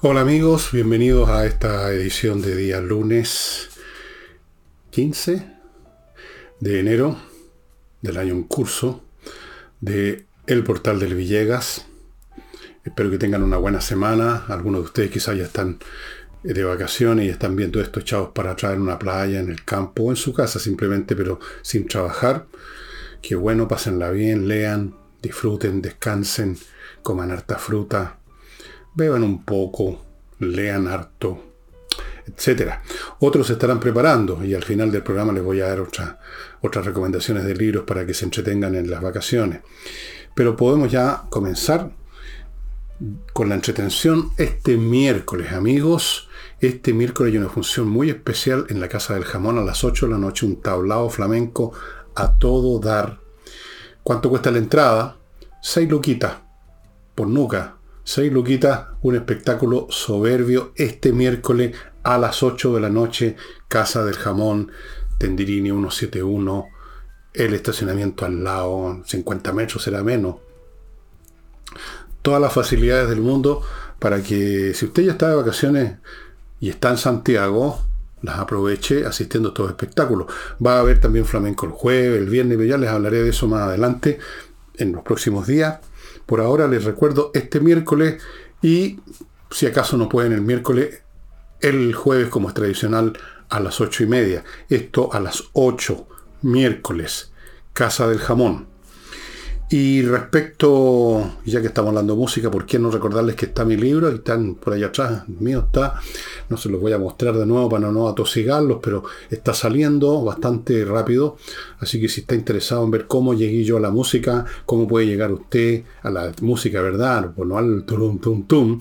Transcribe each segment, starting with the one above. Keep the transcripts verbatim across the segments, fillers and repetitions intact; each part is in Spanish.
Hola amigos, bienvenidos a esta edición de día lunes quince de enero del año en curso de El Portal del Villegas. Espero que tengan una buena semana. Algunos de ustedes quizás ya están de vacaciones y están viendo esto echados para atrás en una playa, en el campo o en su casa simplemente, pero sin trabajar. Qué bueno, pásenla bien, lean, disfruten, descansen, coman harta fruta, beban un poco, lean harto, etcétera. Otros se estarán preparando y al final del programa les voy a dar otra, otras recomendaciones de libros para que se entretengan en las vacaciones. Pero podemos ya comenzar con la entretención este miércoles, amigos. Este miércoles hay una función muy especial en la Casa del Jamón a las ocho de la noche, un tablao flamenco a todo dar. ¿Cuánto cuesta la entrada? Seis luquitas por nuca. Seis luquitas, un espectáculo soberbio este miércoles a las ocho de la noche, Casa del Jamón, Tendirini ciento setenta y uno, el estacionamiento al lado, cincuenta metros será menos. Todas las facilidades del mundo para que, si usted ya está de vacaciones y está en Santiago, las aproveche asistiendo a estos espectáculos. Va a haber también flamenco el jueves, el viernes, pero ya les hablaré de eso más adelante en los próximos días. Por ahora les recuerdo este miércoles y si acaso no pueden el miércoles, el jueves como es tradicional a las ocho y media. Esto a las ocho, miércoles, Casa del Jamón. Y respecto, ya que estamos hablando de música, ¿por qué no recordarles que está mi libro? Ahí están por allá atrás, el mío está, no se los voy a mostrar de nuevo para no atosigarlos, pero está saliendo bastante rápido, así que si está interesado en ver cómo llegué yo a la música, cómo puede llegar usted a la música, ¿verdad? Pues no al turum tum tum.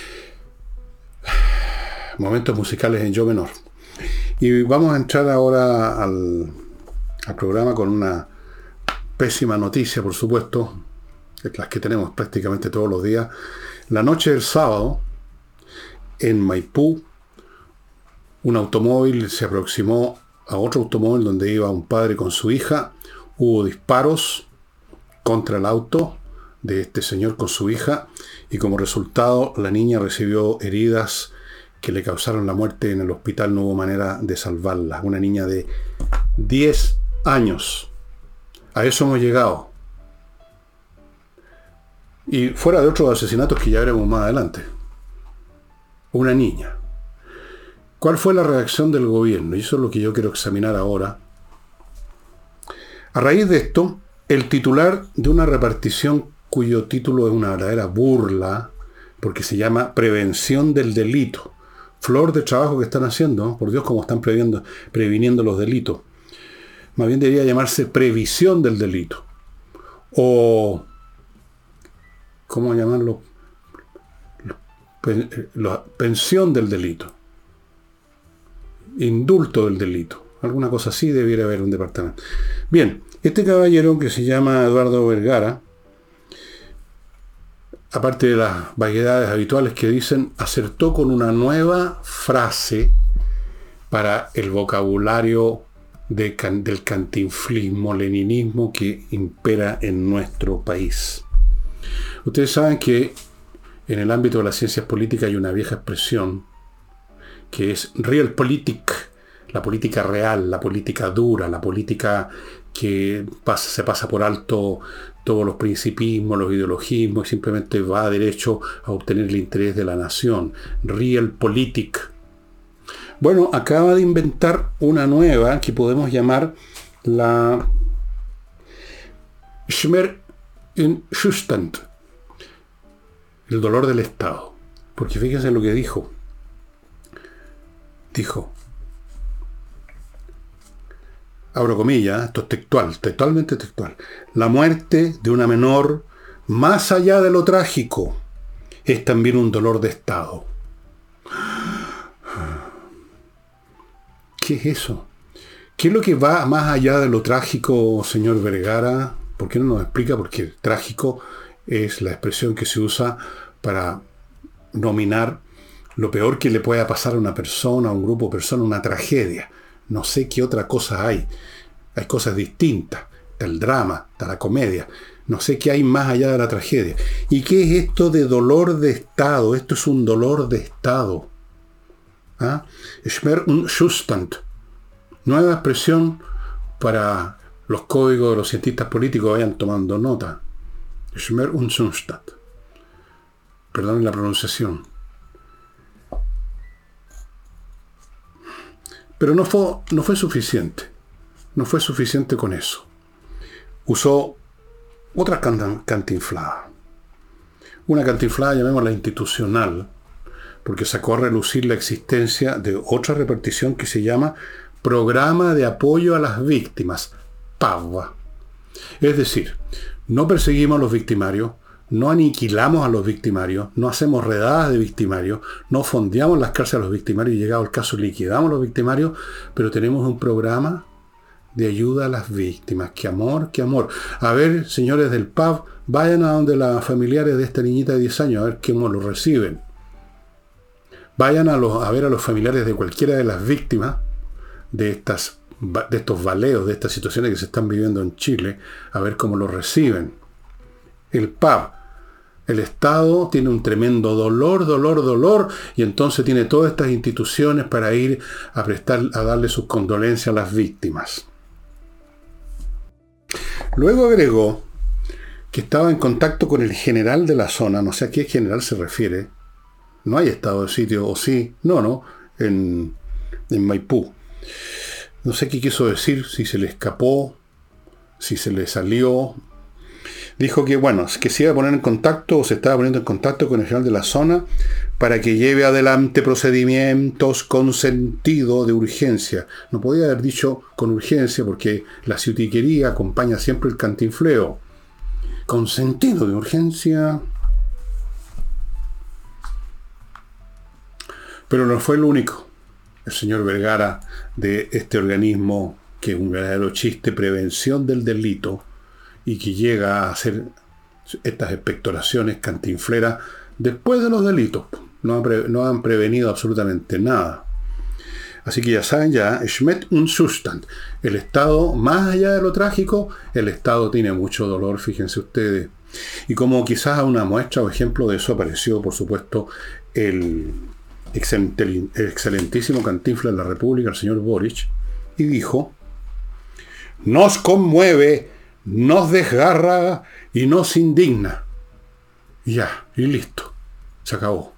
Momentos musicales en yo menor. Y vamos a entrar ahora al, al programa con una pésima noticia, por supuesto, las que tenemos prácticamente todos los días. La noche del sábado, en Maipú, un automóvil se aproximó a otro automóvil donde iba un padre con su hija. Hubo disparos contra el auto de este señor con su hija y como resultado la niña recibió heridas que le causaron la muerte en el hospital. No hubo manera de salvarla. Una niña de diez años. A eso hemos llegado. Y fuera de otros asesinatos que ya veremos más adelante. Una niña. ¿Cuál fue la reacción del gobierno? Y eso es lo que yo quiero examinar ahora. A raíz de esto, el titular de una repartición cuyo título es una verdadera burla, porque se llama Prevención del Delito. Flor de trabajo que están haciendo, ¿no? Por Dios, cómo están previniendo, previniendo los delitos. Más bien debería llamarse previsión del delito. O, ¿cómo llamarlo? La pensión del delito. Indulto del delito. Alguna cosa así debiera haber un departamento. Bien, este caballero que se llama Eduardo Vergara, aparte de las vaguedades habituales que dicen, acertó con una nueva frase para el vocabulario De can, del cantinflismo, leninismo que impera en nuestro país. Ustedes saben que en el ámbito de las ciencias políticas hay una vieja expresión que es Realpolitik, la política real, la política dura, la política que pasa, se pasa por alto todos los principismos, los ideologismos y simplemente va derecho a obtener el interés de la nación. Realpolitik. Bueno, acaba de inventar una nueva que podemos llamar la Schmerzustand, el dolor del Estado. Porque fíjense lo que dijo. Dijo, abro comillas, esto es textual, textualmente textual, la muerte de una menor, más allá de lo trágico, es también un dolor de Estado. ¿Qué es eso? ¿Qué es lo que va más allá de lo trágico, señor Vergara? ¿Por qué no nos explica? Porque trágico es la expresión que se usa para nominar lo peor que le pueda pasar a una persona, a un grupo de personas, una tragedia. No sé qué otra cosa hay. Hay cosas distintas. está el drama, está la comedia. No sé qué hay más allá de la tragedia. ¿Y qué es esto de dolor de Estado? Esto es un dolor de Estado. ¿Ah? Schmer und Zustand. Nueva expresión para los códigos de los cientistas políticos, vayan tomando nota. Schmer und Zustand. Perdonen la pronunciación. Pero no fue, no fue suficiente. No fue suficiente con eso. Usó otra cantinflada. Una cantinflada, llamémosla institucional, porque sacó a relucir la existencia de otra repartición que se llama Programa de Apoyo a las Víctimas, P A V A. Es decir, no perseguimos a los victimarios, no aniquilamos a los victimarios, no hacemos redadas de victimarios, no fondeamos las cárceles a los victimarios y llegado el caso liquidamos a los victimarios, pero tenemos un programa de ayuda a las víctimas. ¡Qué amor, qué amor! A ver, señores del P A V, vayan a donde las familiares de esta niñita de diez años, a ver cómo lo reciben. Vayan a, los, a ver a los familiares de cualquiera de las víctimas de, estas, de estos baleos, de estas situaciones que se están viviendo en Chile, a ver cómo lo reciben. El P A V, el Estado tiene un tremendo dolor, dolor, dolor, y entonces tiene todas estas instituciones para ir a prestar, a darle sus condolencias a las víctimas. Luego agregó que estaba en contacto con el general de la zona, no sé a qué general se refiere. No hay estado de sitio, o sí, no, no, en, en Maipú. No sé qué quiso decir, si se le escapó, si se le salió. Dijo que, bueno, que se iba a poner en contacto, o se estaba poniendo en contacto con el general de la zona para que lleve adelante procedimientos con sentido de urgencia. No podía haber dicho con urgencia, porque la ciutiquería acompaña siempre el cantinfleo. Con sentido de urgencia. Pero no fue el único. El señor Vergara, de este organismo que es un verdadero chiste, prevención del delito, y que llega a hacer estas expectoraciones cantinfleras después de los delitos. No han, pre, no han prevenido absolutamente nada. Así que ya saben, ya, Schmer und Zustand. El Estado, más allá de lo trágico, el Estado tiene mucho dolor, fíjense ustedes. Y como quizás una muestra o ejemplo de eso apareció, por supuesto, el, excelente, el excelentísimo cantinflas de la República, el señor Boric, y dijo: nos conmueve, nos desgarra y nos indigna. Y ya, y listo. Se acabó.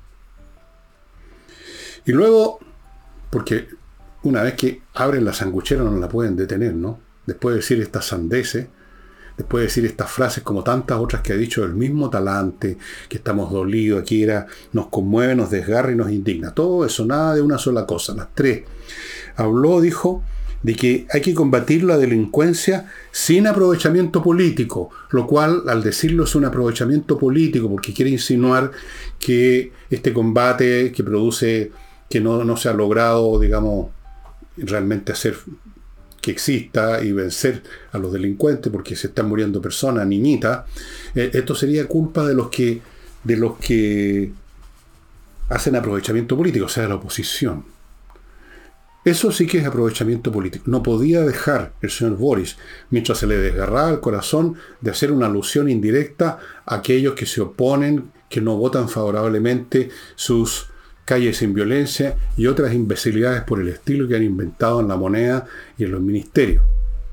Y luego, porque una vez que abren la sanguchera no la pueden detener, ¿no? Después de decir estas sandeces, después de decir estas frases como tantas otras que ha dicho el mismo talante, que estamos dolidos, aquí era, nos conmueve, nos desgarra y nos indigna. Todo eso, nada de una sola cosa, las tres. Habló, dijo, de que hay que combatir la delincuencia sin aprovechamiento político, lo cual, al decirlo, es un aprovechamiento político, porque quiere insinuar que este combate que produce, que no, no se ha logrado, digamos, realmente hacer que exista y vencer a los delincuentes, porque se están muriendo personas, niñitas, eh, esto sería culpa de los que, de los que hacen aprovechamiento político, o sea, de la oposición. Eso sí que es aprovechamiento político. No podía dejar el señor Boris, mientras se le desgarraba el corazón, de hacer una alusión indirecta a aquellos que se oponen, que no votan favorablemente sus calles sin violencia y otras imbecilidades por el estilo que han inventado en la moneda y en los ministerios.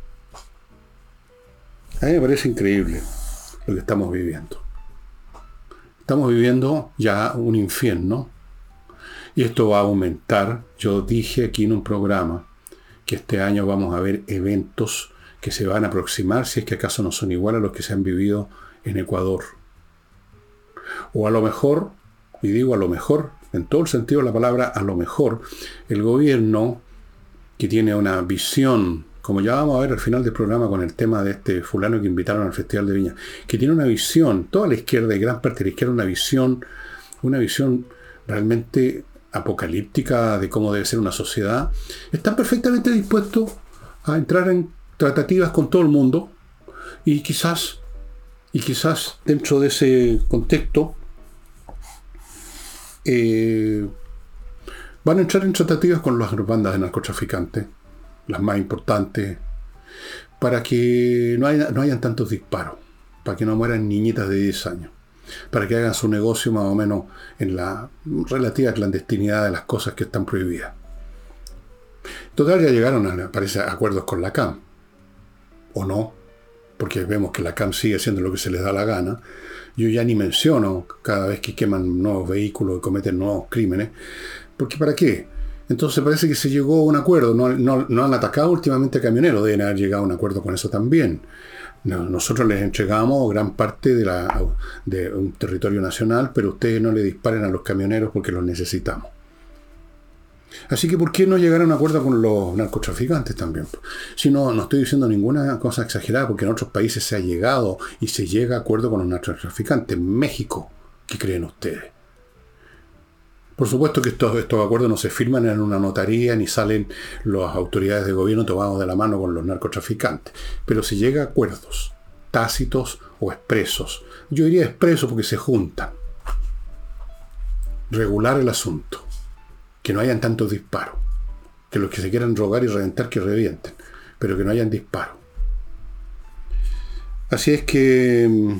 A mí me parece increíble lo que estamos viviendo. Estamos viviendo ya un infierno. Y esto va a aumentar. Yo dije aquí en un programa que este año vamos a ver eventos que se van a aproximar, si es que acaso no son iguales a los que se han vivido en Ecuador. O a lo mejor, y digo a lo mejor, en todo el sentido de la palabra, a lo mejor, el gobierno que tiene una visión, como ya vamos a ver al final del programa con el tema de este fulano que invitaron al Festival de Viña, que tiene una visión, toda la izquierda y gran parte de la izquierda, una visión, una visión realmente apocalíptica de cómo debe ser una sociedad, están perfectamente dispuestos a entrar en tratativas con todo el mundo y quizás y quizás dentro de ese contexto eh, van a entrar en tratativas con las bandas de narcotraficantes, las más importantes, para que no, haya, no hayan tantos disparos, para que no mueran niñitas de diez años, para que hagan su negocio más o menos en la relativa clandestinidad de las cosas que están prohibidas. Total, ya llegaron a, parece, a acuerdos con la C A M, o no, porque vemos que la C A M sigue haciendo lo que se les da la gana. Yo ya ni menciono cada vez que queman nuevos vehículos y cometen nuevos crímenes, porque ¿para qué? Entonces parece que se llegó a un acuerdo. No, no, no han atacado últimamente a camioneros, deben haber llegado a un acuerdo con eso también. Nosotros les entregamos gran parte de, la, de un territorio nacional, pero ustedes no le disparen a los camioneros porque los necesitamos. Así que ¿por qué no llegar a un acuerdo con los narcotraficantes también? Si no, no estoy diciendo ninguna cosa exagerada, porque en otros países se ha llegado y se llega a acuerdo con los narcotraficantes. En México, ¿qué creen ustedes? Por supuesto que estos, estos acuerdos no se firman en una notaría ni salen las autoridades de gobierno tomados de la mano con los narcotraficantes, pero se llega a acuerdos tácitos o expresos. Yo diría expresos porque se juntan. Regular el asunto. Que no hayan tantos disparos. Que los que se quieran drogar y reventar, que revienten. Pero que no hayan disparos. Así es que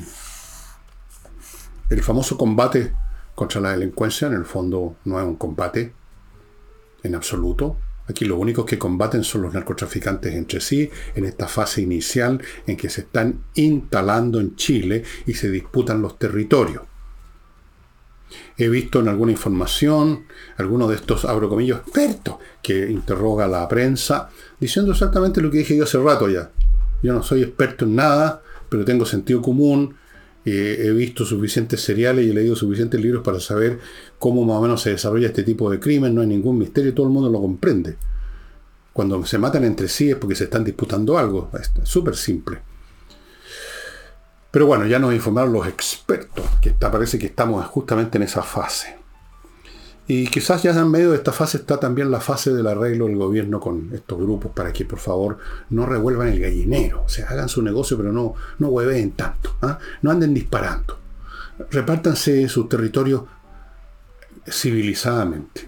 el famoso combate contra la delincuencia, en el fondo, no es un combate en absoluto. Aquí los únicos que combaten son los narcotraficantes entre sí, en esta fase inicial en que se están instalando en Chile y se disputan los territorios. He visto en alguna información, algunos de estos, abro comillas, expertos, que interroga a la prensa, diciendo exactamente lo que dije yo hace rato ya. Yo no soy experto en nada, pero tengo sentido común, eh, he visto suficientes seriales y he leído suficientes libros para saber cómo más o menos se desarrolla este tipo de crimen, no hay ningún misterio, todo el mundo lo comprende. Cuando se matan entre sí es porque se están disputando algo, es súper simple. Pero bueno, ya nos informaron los expertos, que está, parece que estamos justamente en esa fase. Y quizás ya en medio de esta fase está también la fase del arreglo del gobierno con estos grupos para que por favor no revuelvan el gallinero. O sea, hagan su negocio pero no, no hueveen tanto, ¿eh? No anden disparando. Repártanse sus territorios civilizadamente.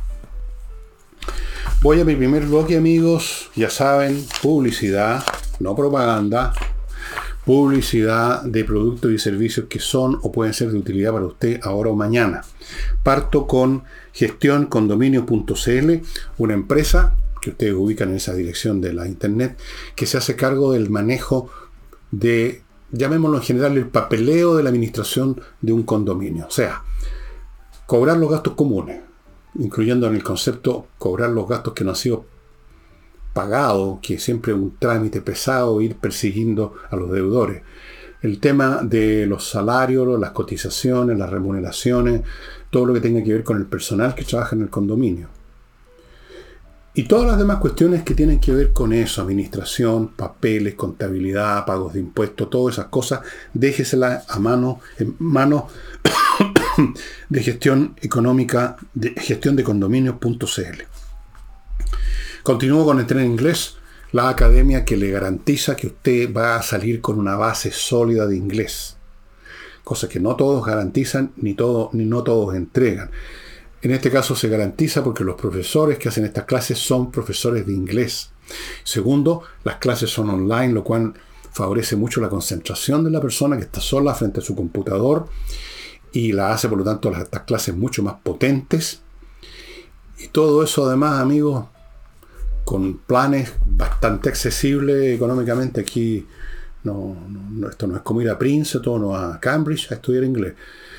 Voy a mi primer bloque, amigos. Ya saben, publicidad, no propaganda. Publicidad de productos y servicios que son o pueden ser de utilidad para usted ahora o mañana. Parto con gestión condominio punto c l, una empresa que ustedes ubican en esa dirección de la internet, que se hace cargo del manejo de, llamémoslo en general, el papeleo de la administración de un condominio. O sea, cobrar los gastos comunes, incluyendo en el concepto cobrar los gastos que no han sido pagado, que siempre es un trámite pesado ir persiguiendo a los deudores. El tema de los salarios, las cotizaciones, las remuneraciones, todo lo que tenga que ver con el personal que trabaja en el condominio. Y todas las demás cuestiones que tienen que ver con eso, administración, papeles, contabilidad, pagos de impuestos, todas esas cosas, déjeselas a mano, en mano de gestión económica, de gestión de condominios punto c l. Continúo con Entren en Inglés, la academia que le garantiza que usted va a salir con una base sólida de inglés. Cosa que no todos garantizan ni, todo, ni no todos entregan. En este caso se garantiza porque los profesores que hacen estas clases son profesores de inglés. Segundo, las clases son online, lo cual favorece mucho la concentración de la persona que está sola frente a su computador y la hace, por lo tanto, las, estas clases mucho más potentes. Y todo eso, además, amigos, con planes bastante accesibles económicamente. Aquí no, no, esto no es como ir a Princeton o a Cambridge a estudiar inglés.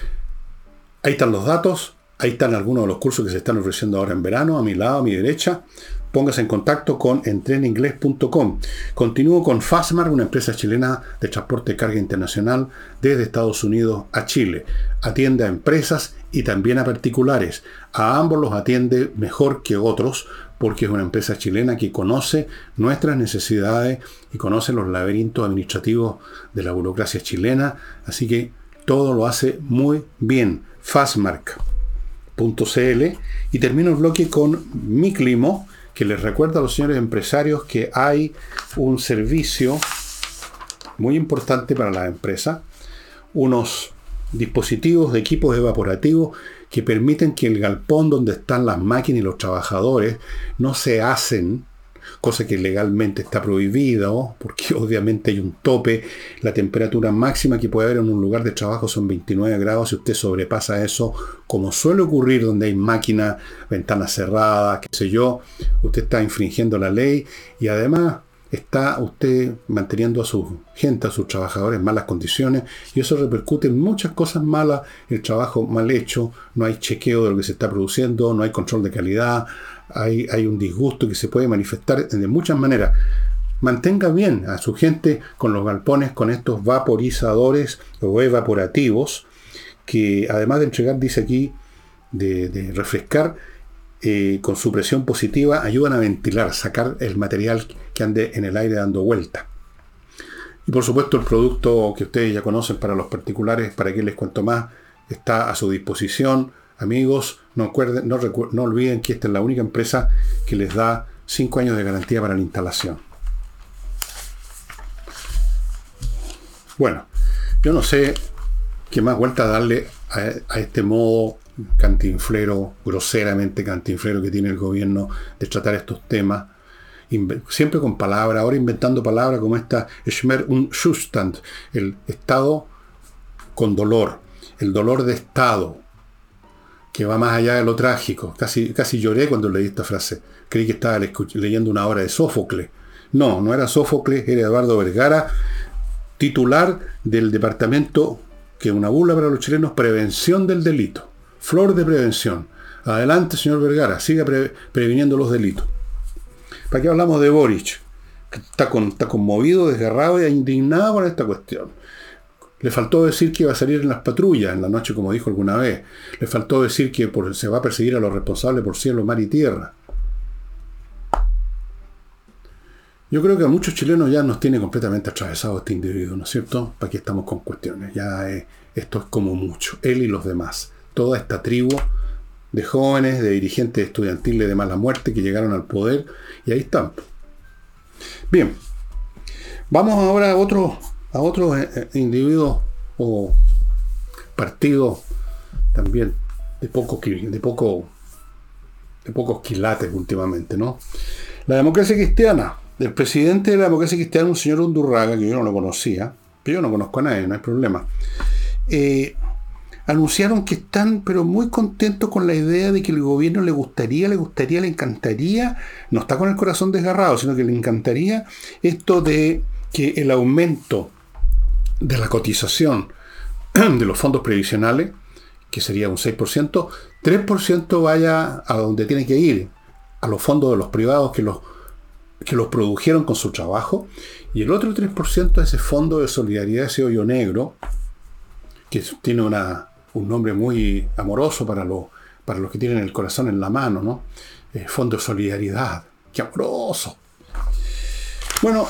Ahí están los datos, ahí están algunos de los cursos que se están ofreciendo ahora en verano, a mi lado, a mi derecha. Póngase en contacto con entren inglés punto com. Continúo con Fastmark, una empresa chilena de transporte de carga internacional desde Estados Unidos a Chile. Atiende a empresas y también a particulares. A ambos los atiende mejor que otros, porque es una empresa chilena que conoce nuestras necesidades y conoce los laberintos administrativos de la burocracia chilena, así que todo lo hace muy bien. Fastmark punto c l. Y termino el bloque con Miclimo, que les recuerda a los señores empresarios que hay un servicio muy importante para la empresa, unos dispositivos de equipos evaporativos que permiten que el galpón donde están las máquinas y los trabajadores no se hacen cosa que legalmente está prohibida, ¿no? Porque obviamente hay un tope. La temperatura máxima que puede haber en un lugar de trabajo son veintinueve grados. Si usted sobrepasa eso, como suele ocurrir donde hay máquinas, ventanas cerradas, qué sé yo, usted está infringiendo la ley y además está usted manteniendo a su gente, a sus trabajadores en malas condiciones, y eso repercute en muchas cosas malas. El trabajo mal hecho, no hay chequeo de lo que se está produciendo, no hay control de calidad, hay, hay un disgusto que se puede manifestar de muchas maneras. Mantenga bien a su gente con los galpones, con estos vaporizadores o evaporativos, que además de entregar, dice aquí, de, de refrescar, Eh, con su presión positiva, ayudan a ventilar, sacar el material que ande en el aire dando vuelta. Y por supuesto el producto que ustedes ya conocen para los particulares, para que les cuento más, está a su disposición. Amigos, no, acuerden, no, recu- no olviden que esta es la única empresa que les da cinco años de garantía para la instalación. Bueno, yo no sé qué más vuelta darle a, a este modo cantinflero, groseramente cantinflero que tiene el gobierno de tratar estos temas, inve- siempre con palabras, ahora inventando palabras como esta, Schmer und Zustand, el estado con dolor, el dolor de estado, que va más allá de lo trágico. Casi, casi lloré cuando leí esta frase, creí que estaba le- leyendo una obra de Sófocles. No, no era Sófocles, era Eduardo Vergara, titular del departamento, que es una burla para los chilenos, Prevención del Delito. Flor de prevención. Adelante, señor Vergara, siga pre- previniendo los delitos. ¿Para qué hablamos de Boric? Que está, con, está conmovido, desgarrado e indignado por esta cuestión. Le faltó decir que iba a salir en las patrullas en la noche, como dijo alguna vez. Le faltó decir que por, se va a perseguir a los responsables por cielo, mar y tierra. Yo creo que a muchos chilenos ya nos tiene completamente atravesado este individuo, ¿no es cierto? ¿Para qué estamos con cuestiones? Ya es, esto es como mucho. Él y los demás. Toda esta tribu de jóvenes, de dirigentes estudiantiles de mala muerte que llegaron al poder, y ahí están. Bien, vamos ahora a otros a otros eh, individuos o partidos también de poco de poco de pocos quilates últimamente, ¿no? La Democracia Cristiana, el presidente de la Democracia Cristiana, un señor Undurraga, que yo no lo conocía, pero yo no conozco a nadie, no hay problema. Eh, anunciaron que están pero muy contentos con la idea de que el gobierno le gustaría, le gustaría, le encantaría, no está con el corazón desgarrado, sino que le encantaría esto de que el aumento de la cotización de los fondos previsionales, que sería un seis por ciento, tres por ciento vaya a donde tiene que ir, a los fondos de los privados que los, que los produjeron con su trabajo, y el otro tres por ciento a ese fondo de solidaridad, ese hoyo negro, que tiene una un nombre muy amoroso para, lo, para los que tienen el corazón en la mano, ¿no? Eh, Fondo de Solidaridad. ¡Qué amoroso! Bueno,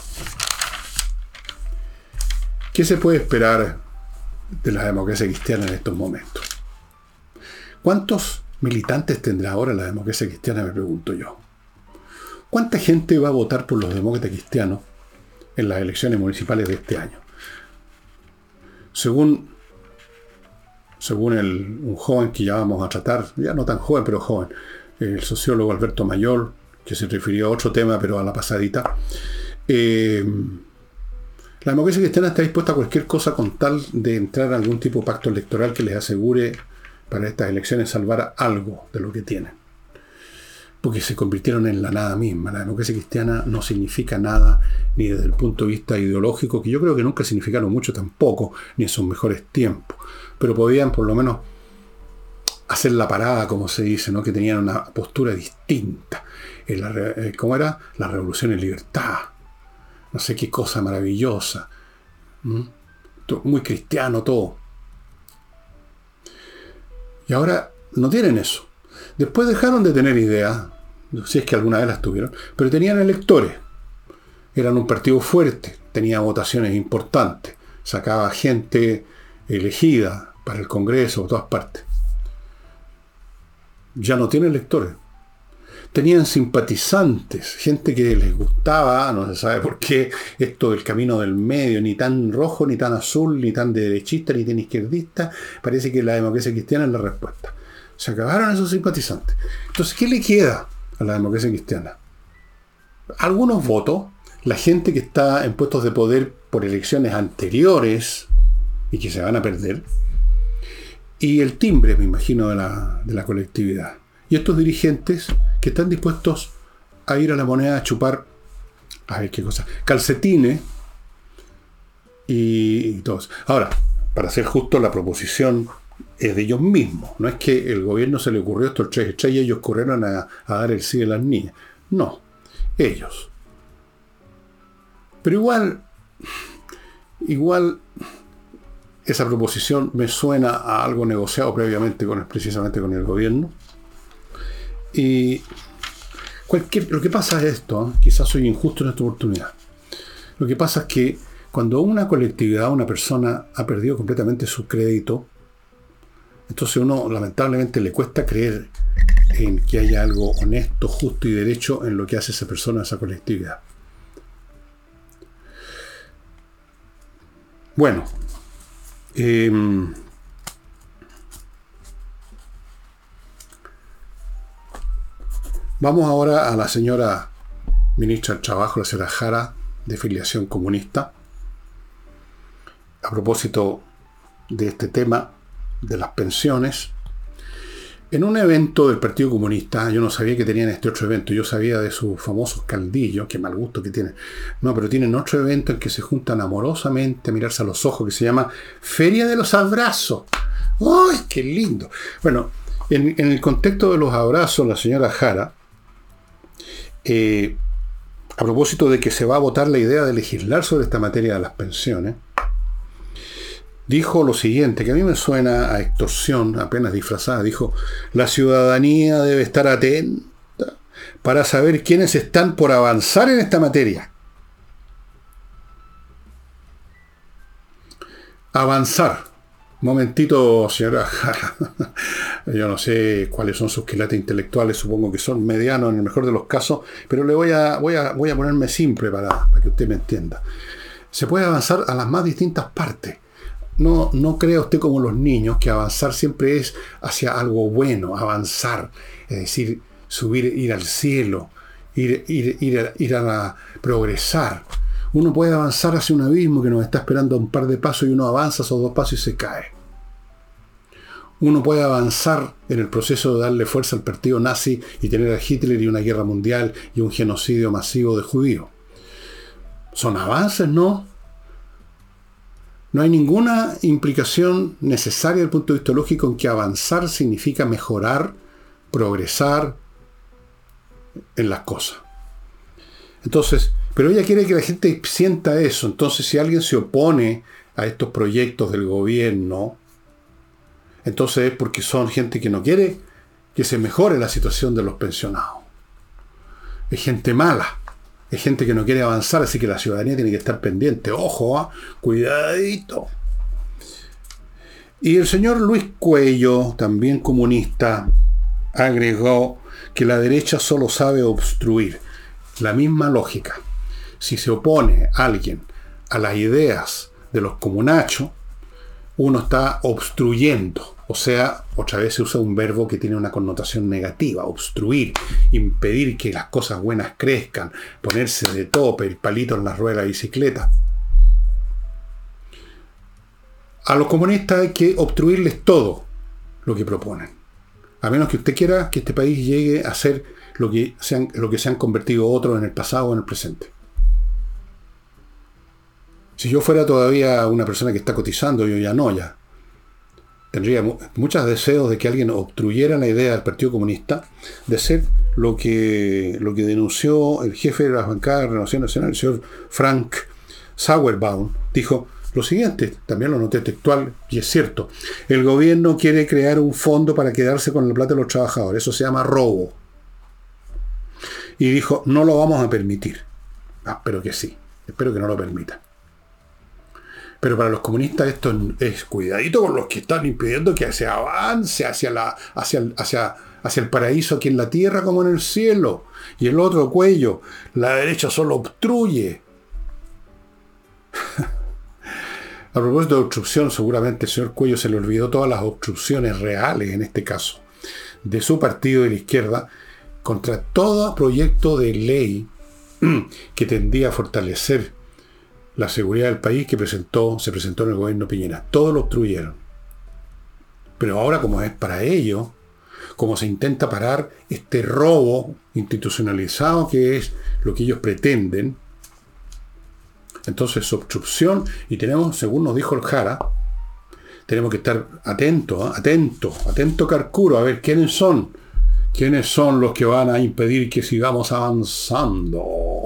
¿qué se puede esperar de la democracia cristiana en estos momentos? ¿Cuántos militantes tendrá ahora la democracia cristiana, me pregunto yo? ¿Cuánta gente va a votar por los demócratas cristianos en las elecciones municipales de este año? Según Según el, un joven que ya vamos a tratar, ya no tan joven, pero joven, el sociólogo Alberto Mayor, que se refirió a otro tema, pero a la pasadita, eh, la democracia cristiana está dispuesta a cualquier cosa con tal de entrar a algún tipo de pacto electoral que les asegure para estas elecciones salvar algo de lo que tienen. Porque se convirtieron en la nada misma. La democracia cristiana no significa nada, ni desde el punto de vista ideológico, que yo creo que nunca significaron mucho tampoco, ni en sus mejores tiempos. Pero podían por lo menos hacer la parada, como se dice, ¿no? Que tenían una postura distinta. En la, eh, ¿Cómo era? La revolución en libertad. No sé qué cosa maravillosa. ¿Mm? Muy cristiano todo. Y ahora no tienen eso. Después dejaron de tener ideas, si es que alguna vez las tuvieron, pero tenían electores. Eran un partido fuerte, tenía votaciones importantes, sacaba gente elegida para el Congreso, por todas partes. Ya no tienen electores. Tenían simpatizantes, gente que les gustaba, no se sabe por qué, esto del camino del medio, ni tan rojo, ni tan azul, ni tan de derechista, ni tan izquierdista. Parece que la democracia cristiana es la respuesta. Se acabaron esos simpatizantes. Entonces, ¿qué le queda a la democracia cristiana? algunos votos, la gente que está en puestos de poder por elecciones anteriores y que se van a perder, y el timbre, me imagino, de la, de la colectividad. Y estos dirigentes que están dispuestos a ir a la moneda a chupar, a ver qué cosa, calcetines y, y todo eso. Ahora, para ser justo, la proposición es de ellos mismos. No es que el gobierno se le ocurrió estos tres estrellas y ellos corrieron a, a dar el sí a las niñas. No, ellos. Pero igual, igual, esa proposición me suena a algo negociado previamente con, precisamente con el gobierno. Y cualquier, lo que pasa es esto, ¿eh? Quizás soy injusto en esta oportunidad. Lo que pasa es que cuando una colectividad, una persona ha perdido completamente su crédito, entonces uno lamentablemente le cuesta creer en que haya algo honesto, justo y derecho en lo que hace esa persona, esa colectividad. Bueno, eh, vamos ahora a la señora ministra del Trabajo, la señora Jara, de filiación comunista, a propósito de este tema de las pensiones. En un evento del Partido Comunista, yo no sabía que tenían este otro evento, yo sabía de sus famosos caldillos, qué mal gusto que tienen. No, pero tienen otro evento en que se juntan amorosamente a mirarse a los ojos, que se llama Feria de los Abrazos. ¡Ay, qué lindo! Bueno, en, en el contexto de los abrazos, la señora Jara, eh, a propósito de que se va a votar la idea de legislar sobre esta materia de las pensiones, dijo lo siguiente, que a mí me suena a extorsión, apenas disfrazada. Dijo: la ciudadanía debe estar atenta para saber quiénes están por avanzar en esta materia. Avanzar. Momentito, señora. Yo no sé cuáles son sus quilates intelectuales, supongo que son medianos en el mejor de los casos, pero le voy a, voy a, voy a ponerme simple para, para que usted me entienda. Se puede avanzar a las más distintas partes. No, no crea usted como los niños que avanzar siempre es hacia algo bueno, avanzar, es decir, subir, ir al cielo, ir, ir, ir, a, ir a la, progresar. Uno puede avanzar hacia un abismo que nos está esperando a un par de pasos y uno avanza esos dos pasos y se cae. Uno puede avanzar en el proceso de darle fuerza al partido nazi y tener a Hitler y una guerra mundial y un genocidio masivo de judíos. Son avances, ¿no? No hay ninguna implicación necesaria desde el punto de vista lógico en que avanzar significa mejorar, progresar en las cosas. Entonces, pero ella quiere que la gente sienta eso. Entonces, si alguien se opone a estos proyectos del gobierno, entonces es porque son gente que no quiere que se mejore la situación de los pensionados. Es gente mala. Es gente que no quiere avanzar, así que la ciudadanía tiene que estar pendiente. Ojo, ¿eh? Cuidadito. Y el señor Luis Cuello, también comunista, agregó que la derecha solo sabe obstruir. La misma lógica. Si se opone alguien a las ideas de los comunachos, uno está obstruyendo. O sea, otra vez se usa un verbo que tiene una connotación negativa: obstruir, impedir que las cosas buenas crezcan, ponerse de tope, el palito en la rueda de la bicicleta. A los comunistas hay que obstruirles todo lo que proponen. A menos que usted quiera que este país llegue a ser lo que se han, lo que se han convertido otros en el pasado o en el presente. Si yo fuera todavía una persona que está cotizando, yo ya no, ya. Tendría muchos deseos de que alguien obstruyera la idea del Partido Comunista de ser lo que, lo que denunció el jefe de la bancada de Renovación Nacional, el señor Frank Sauerbaum. Dijo lo siguiente, también lo noté textual, y es cierto: el gobierno quiere crear un fondo para quedarse con la plata de los trabajadores. Eso se llama robo. Y dijo: no lo vamos a permitir. Ah, espero que sí, espero que no lo permitan. Pero para los comunistas esto es cuidadito con los que están impidiendo que se avance hacia, la, hacia, hacia, hacia el paraíso aquí en la tierra como en el cielo. Y el otro Cuello: la derecha solo obstruye. A propósito de obstrucción, seguramente el señor Cuello se le olvidó todas las obstrucciones reales, en este caso, de su partido de la izquierda, contra todo proyecto de ley que tendía a fortalecer la seguridad del país que presentó, se presentó en el gobierno Piñera. Todos lo obstruyeron. Pero ahora, como es para ello, como se intenta parar este robo institucionalizado que es lo que ellos pretenden, entonces obstrucción, y tenemos, según nos dijo el Jara, tenemos que estar atentos, ¿eh? atentos, atento Carcuro, a ver quiénes son, quiénes son los que van a impedir que sigamos avanzando.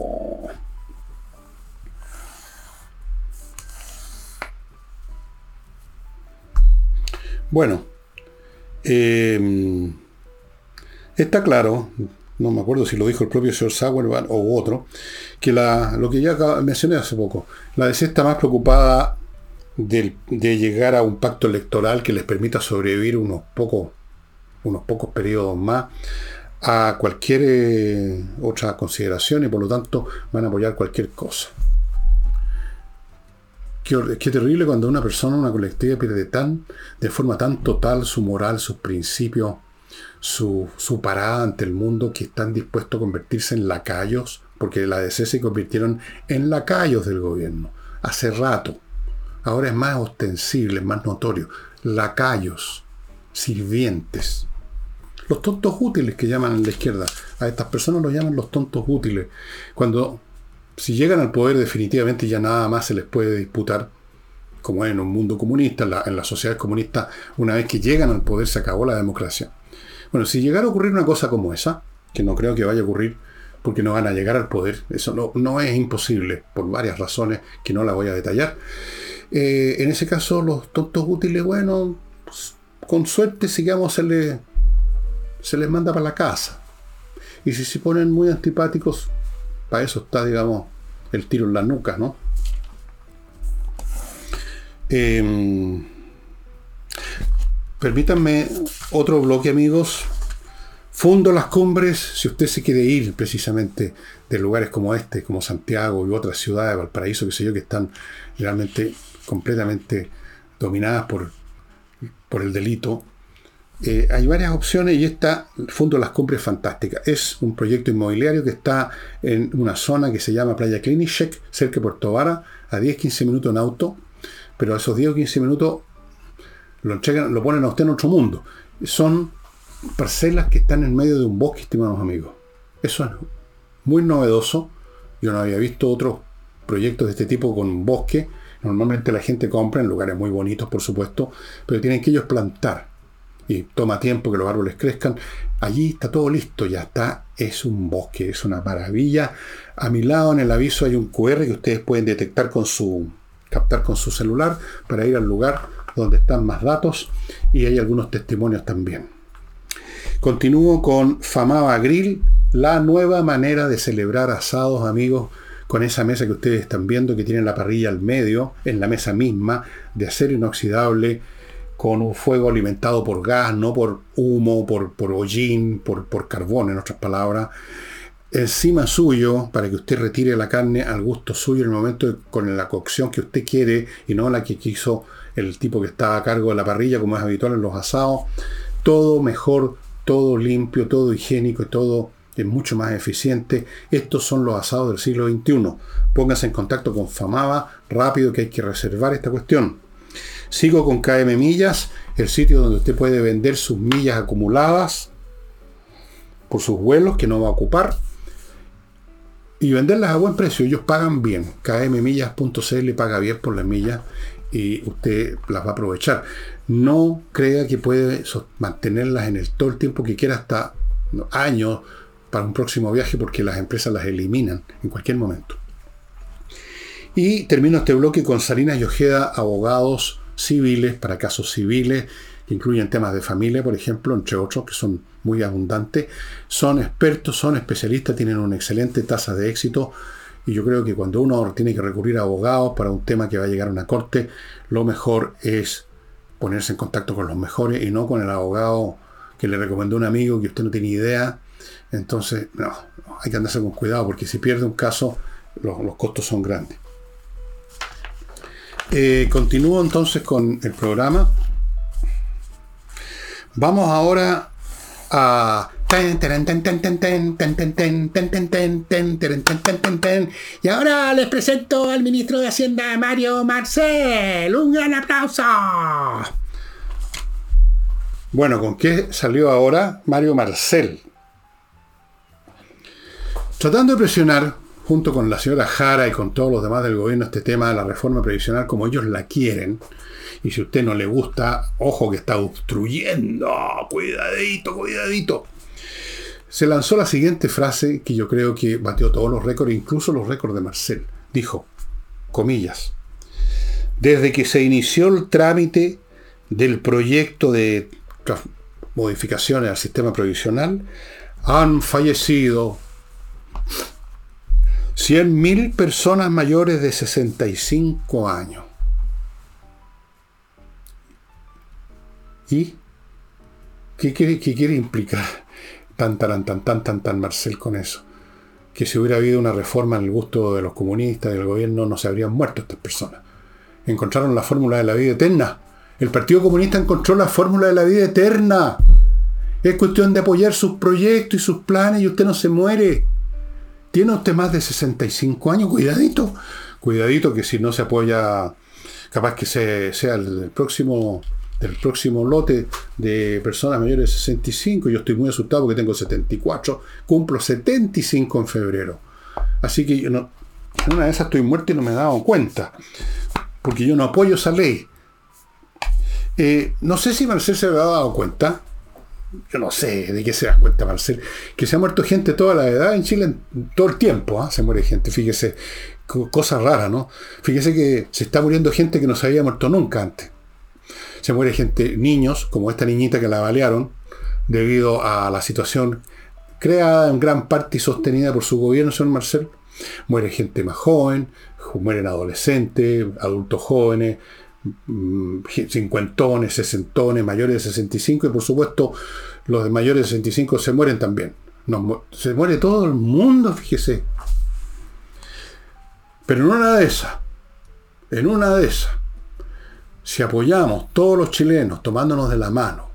Bueno, eh, está claro, no me acuerdo si lo dijo el propio señor Sauerman o otro, que la, lo que ya mencioné hace poco, la D C está más preocupada de, de llegar a un pacto electoral que les permita sobrevivir unos pocos, unos pocos periodos más a cualquier eh, otra consideración, y por lo tanto van a apoyar cualquier cosa. Qué, qué terrible cuando una persona, una colectiva pierde tan, de forma tan total su moral, sus principios, su, su parada ante el mundo, que están dispuestos a convertirse en lacayos, porque la D C se convirtieron en lacayos del gobierno hace rato. Ahora es más ostensible, es más notorio. Lacayos, sirvientes. Los tontos útiles que llaman en la izquierda. A estas personas los llaman los tontos útiles. Cuando, si llegan al poder, definitivamente ya nada más se les puede disputar, como es en un mundo comunista, en la, en la sociedad comunista, una vez que llegan al poder se acabó la democracia. Bueno, si llegara a ocurrir una cosa como esa, que no creo que vaya a ocurrir, porque no van a llegar al poder, eso no, no es imposible, por varias razones que no la voy a detallar. Eh, en ese caso, los tontos útiles, bueno, pues, con suerte, sigamos, se les, se les manda para la casa. Y si se ponen muy antipáticos, para eso está, digamos, el tiro en la nuca, ¿no? Eh, permítanme otro bloque, amigos. Fundo Las Cumbres, si usted se quiere ir precisamente de lugares como este, como Santiago y otras ciudades, Valparaíso, qué sé yo, que están realmente completamente dominadas por, por el delito. Eh, hay varias opciones, y esta, Fundo Las Cumbres, es fantástica. Es un proyecto inmobiliario que está en una zona que se llama Playa Klinichek, cerca de Puerto Vara, a diez a quince minutos en auto, pero a esos diez o quince minutos lo entregan, lo ponen a usted en otro mundo. Son parcelas que están en medio de un bosque, estimados amigos. Eso es muy novedoso. Yo no había visto otros proyectos de este tipo con bosque. Normalmente la gente compra en lugares muy bonitos, por supuesto, pero tienen que ellos plantar. Y toma tiempo que los árboles crezcan. Allí está todo listo, ya está. Es un bosque, es una maravilla. A mi lado en el aviso hay un cu erre que ustedes pueden detectar con su, captar con su celular para ir al lugar donde están más datos, y hay algunos testimonios también. Continúo con Famaba Grill, la nueva manera de celebrar asados, amigos, con esa mesa que ustedes están viendo, que tiene la parrilla al medio, en la mesa misma, de acero inoxidable, con un fuego alimentado por gas, no por humo, por, por hollín, por, por carbón, en otras palabras. Encima suyo, para que usted retire la carne al gusto suyo en el momento de, con la cocción que usted quiere, y no la que quiso el tipo que está a cargo de la parrilla, como es habitual en los asados. Todo mejor, todo limpio, todo higiénico y todo es mucho más eficiente. Estos son los asados del siglo veintiuno. Póngase en contacto con Famaba, rápido, que hay que reservar esta cuestión. Sigo con K M Millas, el sitio donde usted puede vender sus millas acumuladas por sus vuelos que no va a ocupar, y venderlas a buen precio. Ellos pagan bien. K M millas punto c l paga bien por las millas y usted las va a aprovechar. No crea que puede mantenerlas en el todo el tiempo que quiera, hasta años para un próximo viaje, porque las empresas las eliminan en cualquier momento. Y termino este bloque con Salinas y Ojeda, abogados civiles para casos civiles que incluyen temas de familia, por ejemplo, entre otros, que son muy abundantes. Son expertos, son especialistas, tienen una excelente tasa de éxito, y yo creo que cuando uno tiene que recurrir a abogados para un tema que va a llegar a una corte, lo mejor es ponerse en contacto con los mejores y no con el abogado que le recomendó un amigo que usted no tiene idea. Entonces, no, hay que andarse con cuidado, porque si pierde un caso, los, los costos son grandes. Eh, continúo entonces con el programa. Vamos ahora a Y ahora les presento al ministro de Hacienda, Mario Marcel. ¡Un gran aplauso! Bueno, ¿con qué salió ahora Mario Marcel? Tratando de presionar, junto con la señora Jara y con todos los demás del gobierno, este tema de la reforma previsional como ellos la quieren. Y si a usted no le gusta, ojo que está obstruyendo. Cuidadito, cuidadito. Se lanzó la siguiente frase que yo creo que batió todos los récords, incluso los récords de Marcel. Dijo, comillas, desde que se inició el trámite del proyecto de modificaciones al sistema previsional, han fallecido cien mil personas mayores de sesenta y cinco años. ¿Y qué quiere, qué quiere implicar tan, tan, tan, tan, tan, tan Marcel con eso? Que si hubiera habido una reforma en el gusto de los comunistas y del gobierno, no se habrían muerto estas personas. Encontraron la fórmula de la vida eterna. El Partido Comunista encontró la fórmula de la vida eterna. Es cuestión de apoyar sus proyectos y sus planes y usted no se muere. ¿Tiene usted más de sesenta y cinco años? Cuidadito. Cuidadito que si no se apoya, capaz que se, sea el, el próximo... del próximo lote de personas mayores de sesenta y cinco. Yo estoy muy asustado porque tengo setenta y cuatro, cumplo setenta y cinco en febrero, así que yo no, en una de esas estoy muerto y no me he dado cuenta, porque yo no apoyo esa ley. Eh, no sé si Marcel se habrá dado cuenta, yo no sé de qué se da cuenta Marcel, que se ha muerto gente de toda la edad en Chile, en todo el tiempo, ¿eh? Se muere gente, fíjese, cosa rara, ¿no? Fíjese que se está muriendo gente que no se había muerto nunca antes. Se muere gente, niños, como esta niñita que la balearon, debido a la situación creada en gran parte y sostenida por su gobierno, señor Marcel. Muere gente más joven, mueren adolescentes, adultos jóvenes, cincuentones, sesentones, mayores de sesenta y cinco, y por supuesto los de mayores de sesenta y cinco se mueren también. Nos, se muere todo el mundo, fíjese. Pero en una de esas, en una de esas, si apoyamos todos los chilenos tomándonos de la mano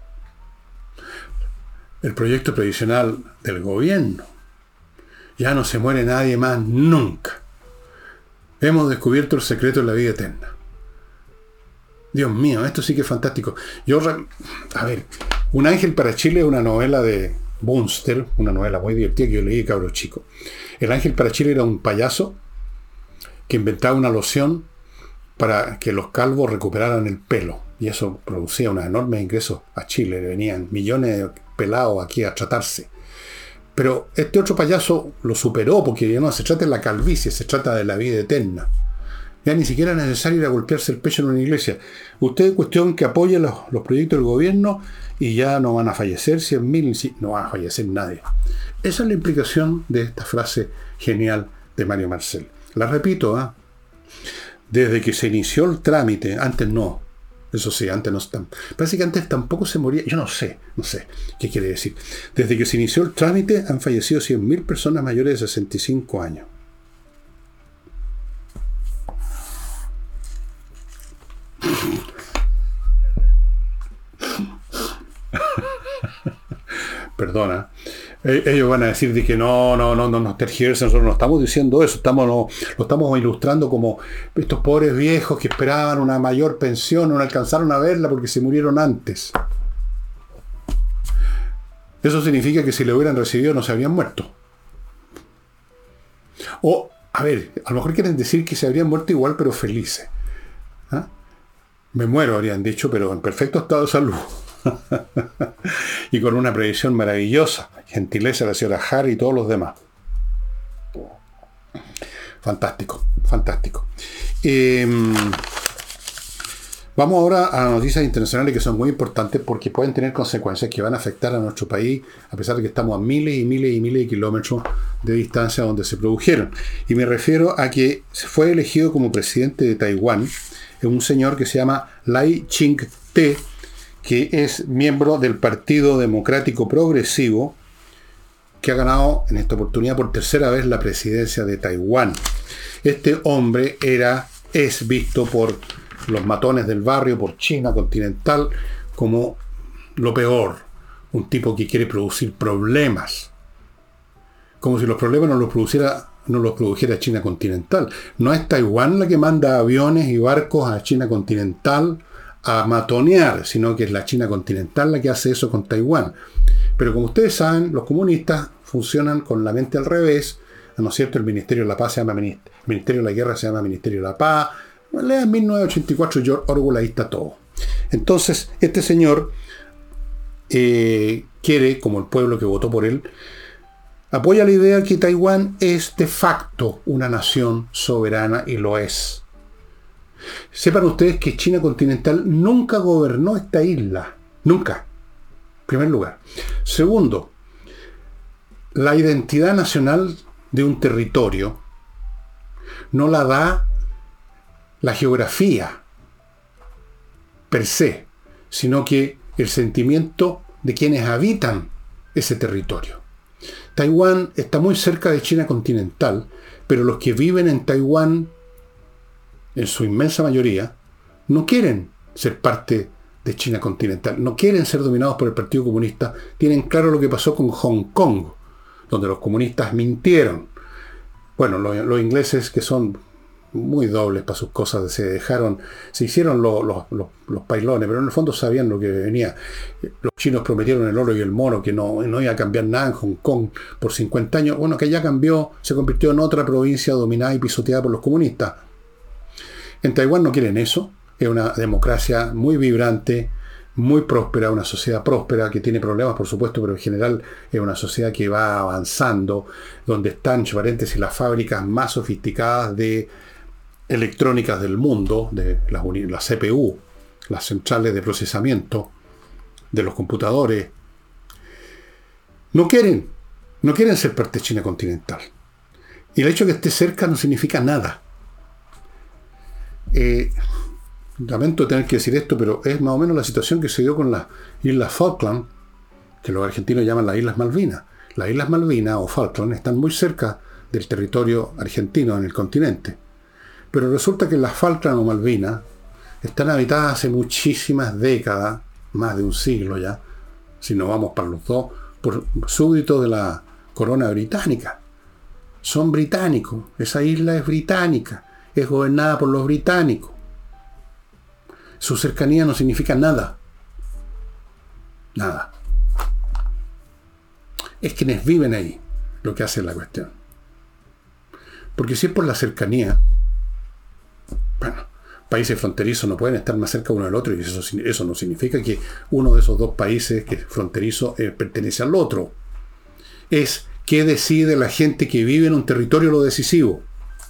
el proyecto previsional del gobierno, ya no se muere nadie más nunca. Hemos descubierto el secreto de la vida eterna. Dios mío, esto sí que es fantástico. Yo, a ver, Un ángel para Chile es una novela de Bunster, una novela muy divertida que yo leí de cabro chico. El ángel para Chile era un payaso que inventaba una loción para que los calvos recuperaran el pelo. Y eso producía unos enormes ingresos a Chile. Venían millones de pelados aquí a tratarse. Pero este otro payaso lo superó, porque ya no se trata de la calvicie, se trata de la vida eterna. Ya ni siquiera es necesario ir a golpearse el pecho en una iglesia. Usted es cuestión que apoye los, los proyectos del gobierno y ya no van a fallecer cien mil, no van a fallecer nadie. Esa es la implicación de esta frase genial de Mario Marcel. La repito, ¿eh? Desde que se inició el trámite, antes no, eso sí, antes no están. Parece que antes tampoco se moría, yo no sé, no sé qué quiere decir. Desde que se inició el trámite han fallecido cien mil personas mayores de sesenta y cinco años. Perdona, ellos van a decir de que no, no, no, no nos tergiversen, nosotros no estamos diciendo eso, estamos, no, lo estamos ilustrando como estos pobres viejos que esperaban una mayor pensión, no alcanzaron a verla porque se murieron antes. Eso significa que si le hubieran recibido no se habrían muerto. O, a ver, a lo mejor quieren decir que se habrían muerto igual pero felices. ¿Ah? Me muero, habrían dicho, pero en perfecto estado de salud. Y con una previsión maravillosa, gentileza de la señora Jara y todos los demás. Fantástico, fantástico. Eh, vamos ahora a noticias internacionales que son muy importantes porque pueden tener consecuencias que van a afectar a nuestro país, a pesar de que estamos a miles y miles y miles de kilómetros de distancia donde se produjeron. Y me refiero a que fue elegido como presidente de Taiwán un señor que se llama Lai Ching-te, que es miembro del Partido Democrático Progresivo, que ha ganado en esta oportunidad por tercera vez la presidencia de Taiwán. Este hombre era, es visto por los matones del barrio, por China continental, como lo peor, un tipo que quiere producir problemas. Como si los problemas no los produciera, no los produjera China continental. No es Taiwán la que manda aviones y barcos a China continental a matonear, sino que es la China continental la que hace eso con Taiwán. Pero como ustedes saben, los comunistas funcionan con la mente al revés, ¿no es cierto? El Ministerio de la Paz se llama el Ministerio de la Guerra se llama Ministerio de la Paz. Lean mil novecientos ochenta y cuatro, George Orwell, ahí está todo. Entonces, este señor eh, quiere, como el pueblo que votó por él, apoya la idea que Taiwán es de facto una nación soberana, y lo es. Sepan ustedes que China continental nunca gobernó esta isla. Nunca. En primer lugar. Segundo, la identidad nacional de un territorio no la da la geografía per se, sino que el sentimiento de quienes habitan ese territorio. Taiwán está muy cerca de China continental, pero los que viven en Taiwán, en su inmensa mayoría, no quieren ser parte de China continental, no quieren ser dominados por el Partido Comunista. Tienen claro lo que pasó con Hong Kong, donde los comunistas mintieron. Bueno, los, los ingleses, que son muy dobles para sus cosas, se dejaron, se hicieron los, los, los, los pailones, pero en el fondo sabían lo que venía. Los chinos prometieron el oro y el mono, que no, no iba a cambiar nada en Hong Kong por cincuenta años. Bueno, que ya cambió, se convirtió en otra provincia dominada y pisoteada por los comunistas. En Taiwán no quieren eso. Es una democracia muy vibrante, muy próspera, una sociedad próspera que tiene problemas, por supuesto, pero en general es una sociedad que va avanzando, donde están, entre paréntesis, las fábricas más sofisticadas de electrónicas del mundo, de las, las C P U, las centrales de procesamiento de los computadores. No quieren, no quieren ser parte de China continental. Y el hecho de que esté cerca no significa nada. Eh, lamento tener que decir esto, pero es más o menos la situación que se dio con las Islas Falkland, que los argentinos llaman las Islas Malvinas. Las Islas Malvinas o Falkland están muy cerca del territorio argentino en el continente. Pero resulta que las Falkland o Malvinas están habitadas hace muchísimas décadas, más de un siglo ya, si no vamos para los dos, por súbditos de la corona británica. Son británicos. Esa isla es británica. Es gobernada por los británicos. Su cercanía no significa nada. Nada. Es quienes viven ahí lo que hace la cuestión. Porque si es por la cercanía, bueno, países fronterizos no pueden estar más cerca uno del otro, y eso, eso no significa que uno de esos dos países que es fronterizo eh, pertenece al otro. Es qué decide la gente que vive en un territorio lo decisivo.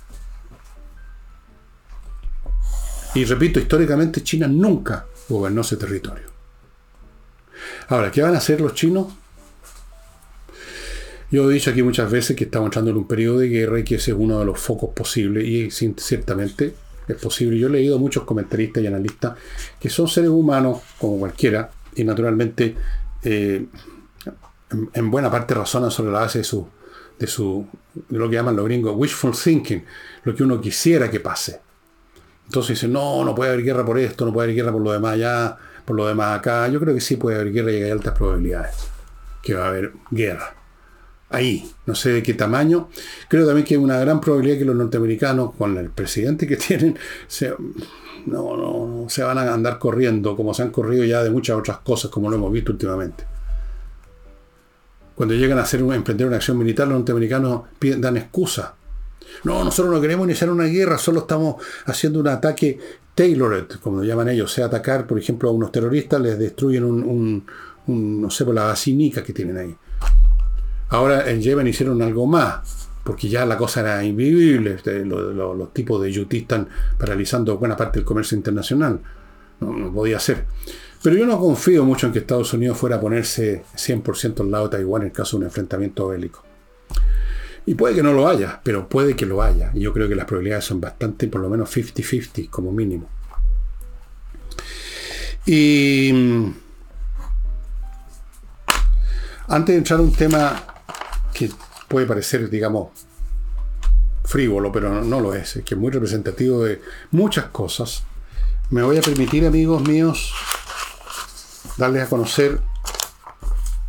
Y repito, históricamente China nunca gobernó ese territorio. Ahora, ¿qué van a hacer los chinos? Yo he dicho aquí muchas veces que estamos entrando en un periodo de guerra y que ese es uno de los focos posibles, y ciertamente es posible. Yo he leído a muchos comentaristas y analistas que son seres humanos como cualquiera, y naturalmente eh, en, en buena parte razonan sobre la base de su, de su de lo que llaman los gringos wishful thinking, lo que uno quisiera que pase. Entonces dicen, no, no puede haber guerra por esto, no puede haber guerra por lo demás allá, por lo demás acá. Yo creo que sí puede haber guerra y hay altas probabilidades que va a haber guerra. Ahí, no sé de qué tamaño. Creo también que hay una gran probabilidad que los norteamericanos, con el presidente que tienen, se, no, no, no, se van a andar corriendo, como se han corrido ya de muchas otras cosas, como lo hemos visto últimamente. Cuando llegan a hacer a emprender una acción militar, los norteamericanos piden, dan excusa. No, nosotros no queremos iniciar una guerra, solo estamos haciendo un ataque tailored, como lo llaman ellos, o sea, atacar, por ejemplo, a unos terroristas, les destruyen un, un, un no sé, por la basílica que tienen ahí. Ahora en Yemen hicieron algo más, porque ya la cosa era invivible. Los, los, los tipos de Houthis están paralizando buena parte del comercio internacional. No, no podía ser. Pero yo no confío mucho en que Estados Unidos fuera a ponerse cien por ciento al lado de Taiwán en el caso de un enfrentamiento bélico. Y puede que no lo haya, pero puede que lo haya. Y yo creo que las probabilidades son bastante, por lo menos cincuenta cincuenta como mínimo. Y antes de entrar a un tema que puede parecer, digamos, frívolo, pero no lo es, es que es muy representativo de muchas cosas, me voy a permitir, amigos míos, darles a conocer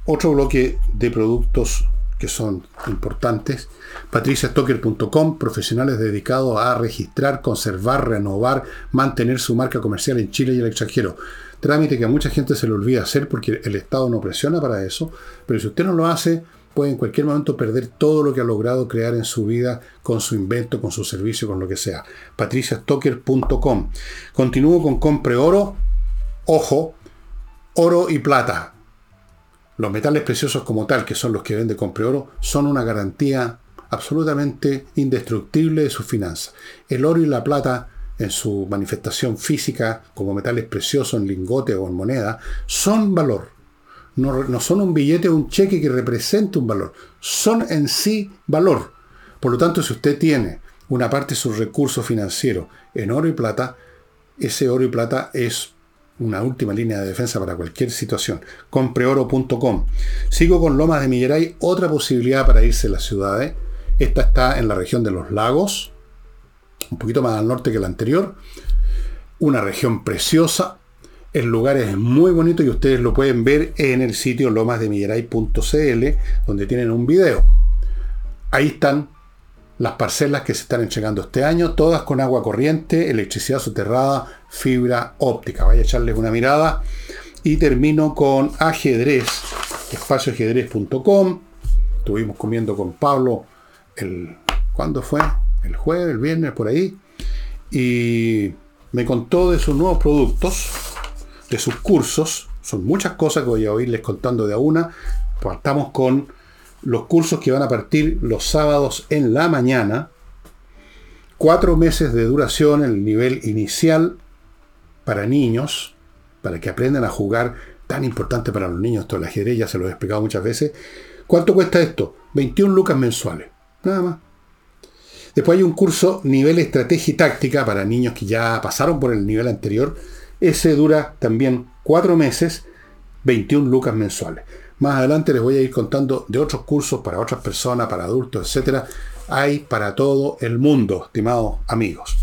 Otro bloque de productos que son importantes. patricia stocker punto com, profesionales dedicados a registrar, conservar, renovar, mantener su marca comercial en Chile y el extranjero. Trámite que a mucha gente se le olvida hacer porque el Estado no presiona para eso, pero si usted no lo hace, puede en cualquier momento perder todo lo que ha logrado crear en su vida con su invento, con su servicio, con lo que sea. patricia stocker punto com. Continúo con Compre Oro. Ojo, oro y plata. Los metales preciosos como tal, que son los que vende Compre Oro, son una garantía absolutamente indestructible de sus finanzas. El oro y la plata, en su manifestación física, como metales preciosos en lingote o en moneda, son valor. No, no son un billete o un cheque que represente un valor. Son en sí valor. Por lo tanto, si usted tiene una parte de sus recursos financieros en oro y plata, ese oro y plata es una última línea de defensa para cualquier situación. compre oro punto com. Sigo con Lomas de Milleray, otra posibilidad para irse a las ciudades. Esta está en la región de los lagos, un poquito más al norte que la anterior. Una región preciosa. El lugar es muy bonito y ustedes lo pueden ver en el sitio lomas de milleray punto c l, donde tienen un video. Ahí están las parcelas que se están entregando este año, todas con agua corriente, electricidad soterrada, fibra óptica. Vaya a echarles una mirada. Y termino con ajedrez, espacio ajedrez punto com. Estuvimos comiendo con Pablo el... ¿cuándo fue? El jueves, el viernes, por ahí. Y me contó de sus nuevos productos, de sus cursos. Son muchas cosas que voy a irles contando de a una. Partamos con los cursos que van a partir los sábados en la mañana. Cuatro meses de duración en el nivel inicial para niños, para que aprendan a jugar, tan importante para los niños. Esto del ajedrez ya se lo he explicado muchas veces. ¿Cuánto cuesta esto? veintiún lucas mensuales. Nada más. Después hay un curso nivel estrategia y táctica para niños que ya pasaron por el nivel anterior. Ese dura también cuatro meses, veintiún lucas mensuales. Más adelante les voy a ir contando de otros cursos para otras personas, para adultos, etcétera. Hay para todo el mundo, estimados amigos.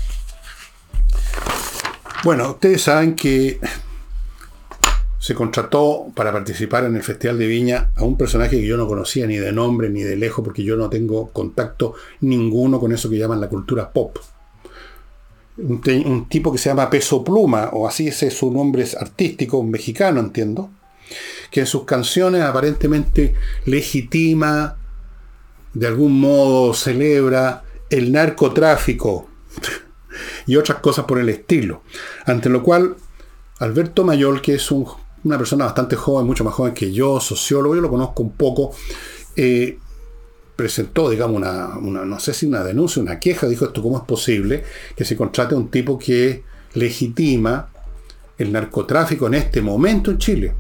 Bueno, ustedes saben que se contrató para participar en el Festival de Viña a un personaje que yo no conocía ni de nombre ni de lejos, porque yo no tengo contacto ninguno con eso que llaman la cultura pop. Un, te- un tipo que se llama Peso Pluma, o así ese es su nombre artístico, un mexicano, entiendo, que en sus canciones aparentemente legitima, de algún modo celebra el narcotráfico y otras cosas por el estilo. Ante lo cual, Alberto Mayol, que es un, una persona bastante joven, mucho más joven que yo, sociólogo, yo lo conozco un poco, eh, presentó, digamos, una, una, no sé si una denuncia, una queja, dijo esto, ¿cómo es posible que se contrate a un tipo que legitima el narcotráfico en este momento en Chile?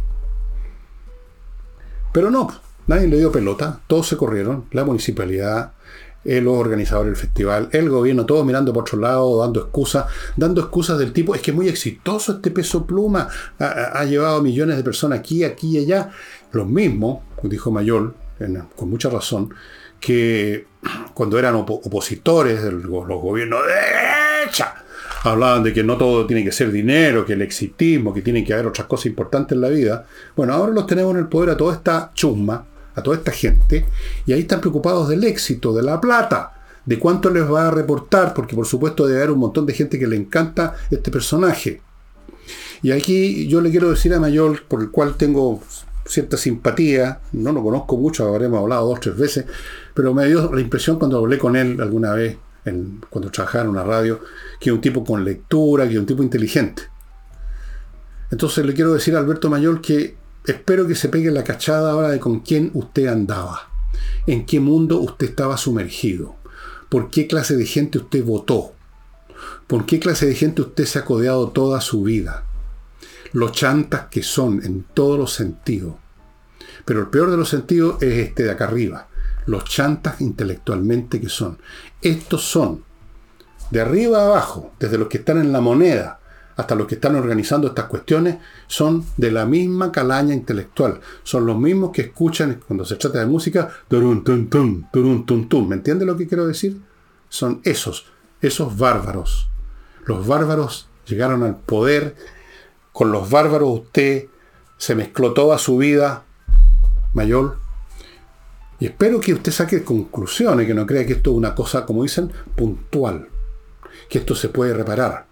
Pero no, nadie le dio pelota, todos se corrieron, la municipalidad, eh, los organizadores del festival, el gobierno, todos mirando por otro lado, dando excusas, dando excusas del tipo, es que es muy exitoso este Peso Pluma, ha, ha, ha llevado a millones de personas aquí, aquí y allá. Los mismos, dijo Mayol, en, con mucha razón, que cuando eran op- opositores de los gobiernos de derecha, hablaban de que no todo tiene que ser dinero, que el exitismo, que tiene que haber otras cosas importantes en la vida. Bueno, ahora los tenemos en el poder a toda esta chusma, a toda esta gente, y ahí están preocupados del éxito, de la plata, de cuánto les va a reportar, porque por supuesto debe haber un montón de gente que le encanta este personaje. Y aquí yo le quiero decir a Mayol, por el cual tengo cierta simpatía, no lo conozco mucho, habremos hablado dos o tres veces, pero me dio la impresión cuando hablé con él alguna vez, en, cuando trabajaba en una radio, que es un tipo con lectura, que es un tipo inteligente. Entonces le quiero decir a Alberto Mayol que espero que se pegue la cachada ahora de con quién usted andaba, en qué mundo usted estaba sumergido, por qué clase de gente usted votó, por qué clase de gente usted se ha codeado toda su vida, los chantas que son en todos los sentidos. Pero el peor de los sentidos es este de acá arriba, los chantas intelectualmente que son. Estos son, de arriba a abajo, desde los que están en la moneda hasta los que están organizando estas cuestiones, son de la misma calaña intelectual. Son los mismos que escuchan, cuando se trata de música, turun, tun, tun, turun, tun, tun. ¿Me entiende lo que quiero decir? Son esos, esos bárbaros. Los bárbaros llegaron al poder. Con los bárbaros usted se mezcló toda su vida Mayol, y espero que usted saque conclusiones, que no crea que esto es una cosa, como dicen, puntual, que esto se puede reparar.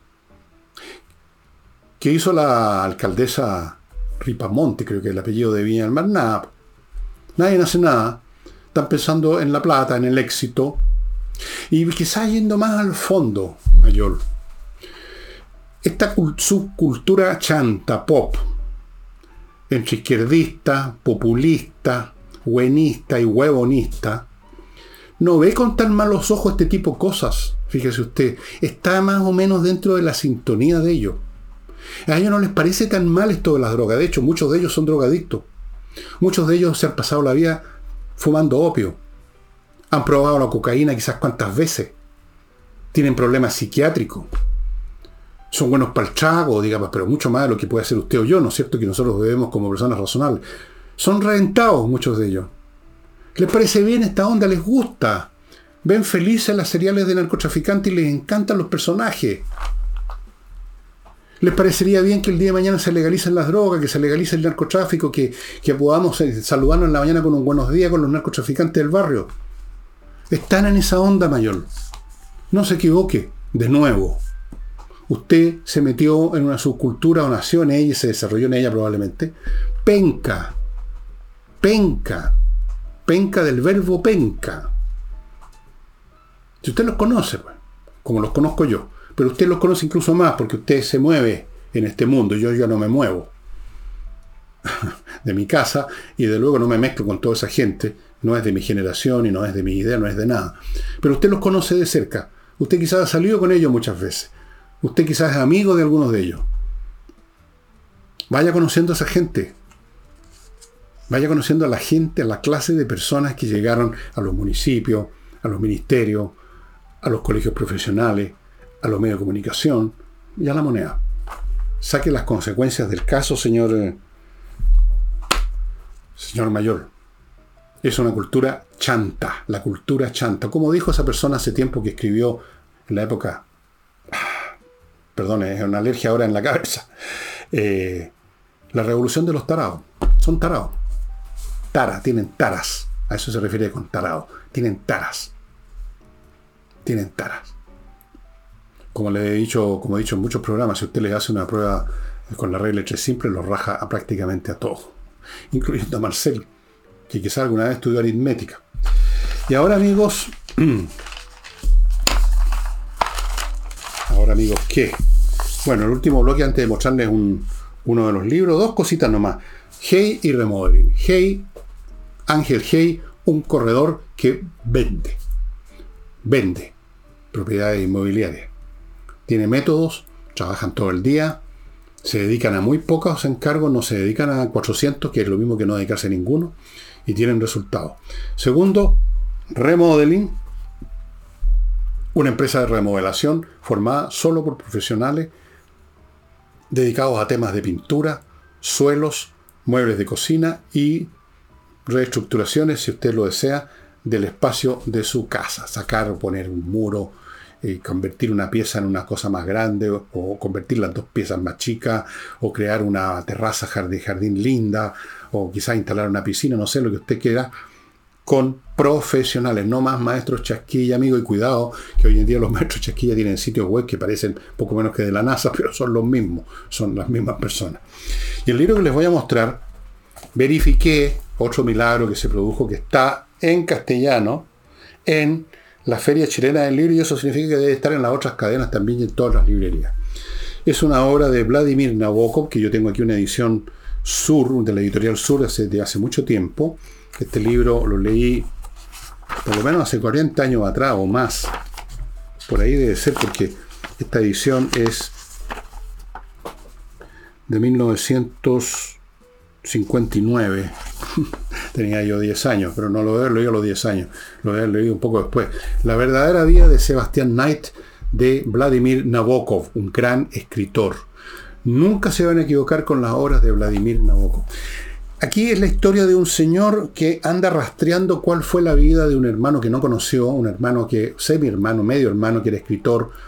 ¿Qué hizo la alcaldesa Ripamonte, creo que es el apellido de Viña del Mar? Nada. Nadie hace nada. Están pensando en la plata, en el éxito. Y quizás yendo más al fondo, Mayol. Esta subcultura chanta, pop, entre izquierdista, populista, buenista y huevonista, no ve con tan malos ojos este tipo de cosas. Fíjese usted, está más o menos dentro de la sintonía de ellos. A ellos no les parece tan mal esto de las drogas. De hecho, muchos de ellos son drogadictos. Muchos de ellos se han pasado la vida fumando opio. Han probado la cocaína quizás cuantas veces. Tienen problemas psiquiátricos. Son buenos para el trago, digamos, pero mucho más de lo que puede hacer usted o yo, ¿no es cierto? Que nosotros bebemos como personas razonables. Son reventados muchos de ellos. ¿Les parece bien esta onda? ¿Les gusta? Ven felices las seriales de narcotraficantes y les encantan los personajes. ¿Les parecería bien que el día de mañana se legalicen las drogas, que se legalice el narcotráfico, que, que podamos saludarnos en la mañana con un buenos días con los narcotraficantes del barrio? Están en esa onda, Mayol. No se equivoque. De nuevo, usted se metió en una subcultura o nació en ella y se desarrolló en ella probablemente. Penca. Penca. Penca del verbo penca. Si usted los conoce, pues, como los conozco yo, pero usted los conoce incluso más porque usted se mueve en este mundo. Yo ya no me muevo de mi casa y de luego no me mezclo con toda esa gente. No es de mi generación y no es de mi idea, no es de nada. Pero usted los conoce de cerca. Usted quizás ha salido con ellos muchas veces. Usted quizás es amigo de algunos de ellos. Vaya conociendo a esa gente. Vaya conociendo a la gente, a la clase de personas que llegaron a los municipios, a los ministerios, a los colegios profesionales, a los medios de comunicación y a la moneda. Saque las consecuencias del caso, señor, eh, señor Mayol. Es una cultura chanta, la cultura chanta. Como dijo esa persona hace tiempo que escribió en la época... Perdón, es una alergia ahora en la cabeza. Eh, la revolución de los tarados. Son tarados. Tara, tienen taras. A eso se refiere con tarado. Tienen taras. Tienen taras. Como le he dicho, como he dicho en muchos programas, si usted le hace una prueba con la regla tres simple, lo raja a prácticamente a todos. Incluyendo a Marcel, que quizás alguna vez estudió aritmética. Y ahora, amigos... Ahora, amigos, ¿qué? Bueno, el último bloque, antes de mostrarles un, uno de los libros, dos cositas nomás. Hay y Remodeling. Hay, Ángel Hay, un corredor que vende. Vende propiedades inmobiliarias. Tiene métodos, trabajan todo el día, se dedican a muy pocos encargos, no se dedican a cuatrocientos, que es lo mismo que no dedicarse a ninguno, y tienen resultados. Segundo, Remodeling. Una empresa de remodelación formada solo por profesionales dedicados a temas de pintura, suelos, muebles de cocina y reestructuraciones, si usted lo desea, del espacio de su casa. Sacar o poner un muro, eh, convertir una pieza en una cosa más grande o, o convertir las dos piezas más chicas o crear una terraza jardín, jardín linda o quizás instalar una piscina, no sé, lo que usted quiera, con profesionales, no más maestros chasquilla, amigo, y cuidado, que hoy en día los maestros chasquilla tienen sitios web que parecen poco menos que de la NASA, pero son los mismos, son las mismas personas. Y el libro que les voy a mostrar, verifiqué, otro milagro que se produjo, que está en castellano, en la Feria Chilena del Libro, y eso significa que debe estar en las otras cadenas también y en todas las librerías. Es una obra de Vladimir Nabokov, que yo tengo aquí una edición Sur, de la editorial Sur, hace, de hace mucho tiempo. Este libro lo leí por lo menos hace cuarenta años atrás o más. Por ahí debe ser, porque esta edición es de mil novecientos cincuenta y nueve. Tenía yo diez años, pero no lo he leído a los diez años. Lo he leído un poco después. La verdadera vida de Sebastián Knight, de Vladimir Nabokov, un gran escritor. Nunca se van a equivocar con las obras de Vladimir Nabokov. Aquí es la historia de un señor que anda rastreando cuál fue la vida de un hermano que no conoció, un hermano que, semi hermano, medio hermano, que era escritor,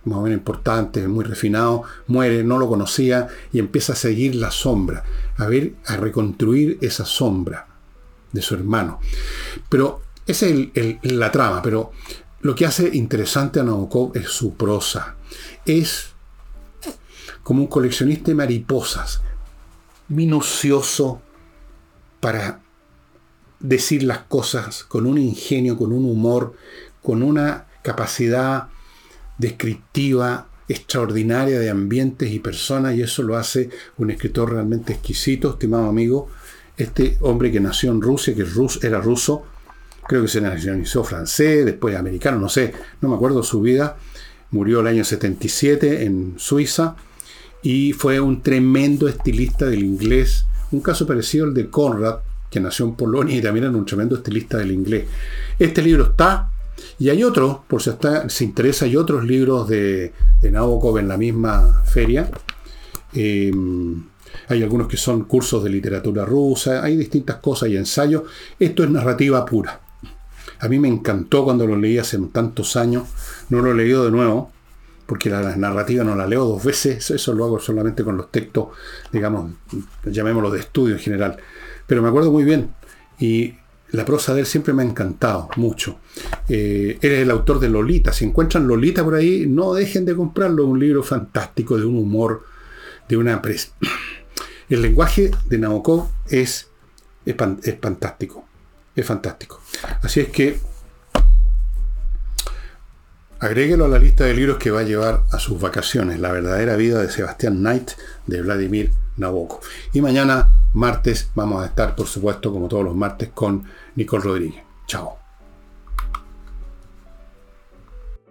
más o menos importante, muy refinado, muere, no lo conocía y empieza a seguir la sombra, a ver, a reconstruir esa sombra de su hermano. Pero esa es el, el, la trama, pero lo que hace interesante a Nabokov es su prosa. Es como un coleccionista de mariposas, minucioso para decir las cosas con un ingenio, con un humor, con una capacidad descriptiva extraordinaria de ambientes y personas, y eso lo hace un escritor realmente exquisito, estimado amigo. Este hombre que nació en Rusia, que era ruso, creo que se nacionalizó francés, después americano, no sé, no me acuerdo su vida, murió el año setenta y siete en Suiza, y fue un tremendo estilista del inglés, un caso parecido al de Conrad, que nació en Polonia y también era un tremendo estilista del inglés. Este libro está, y hay otro, por si está, se interesa, hay otros libros de, de Nabokov en la misma feria. Eh, hay algunos que son cursos de literatura rusa, hay distintas cosas y ensayos. Esto es narrativa pura. A mí me encantó cuando lo leí hace tantos años, no lo he leído de nuevo, porque la narrativa no la leo dos veces, eso lo hago solamente con los textos, digamos, llamémoslo de estudio en general. Pero me acuerdo muy bien, y la prosa de él siempre me ha encantado mucho. Eh, él es el autor de Lolita. Si encuentran Lolita por ahí, no dejen de comprarlo. Un libro fantástico, de un humor, de una... Pres- el lenguaje de Nabokov es, es, es fantástico. Es fantástico. Así es que agréguelo a la lista de libros que va a llevar a sus vacaciones. La verdadera vida de Sebastián Knight, de Vladimir Nabokov. Y mañana, martes, vamos a estar, por supuesto, como todos los martes, con Nicole Rodríguez. Chao.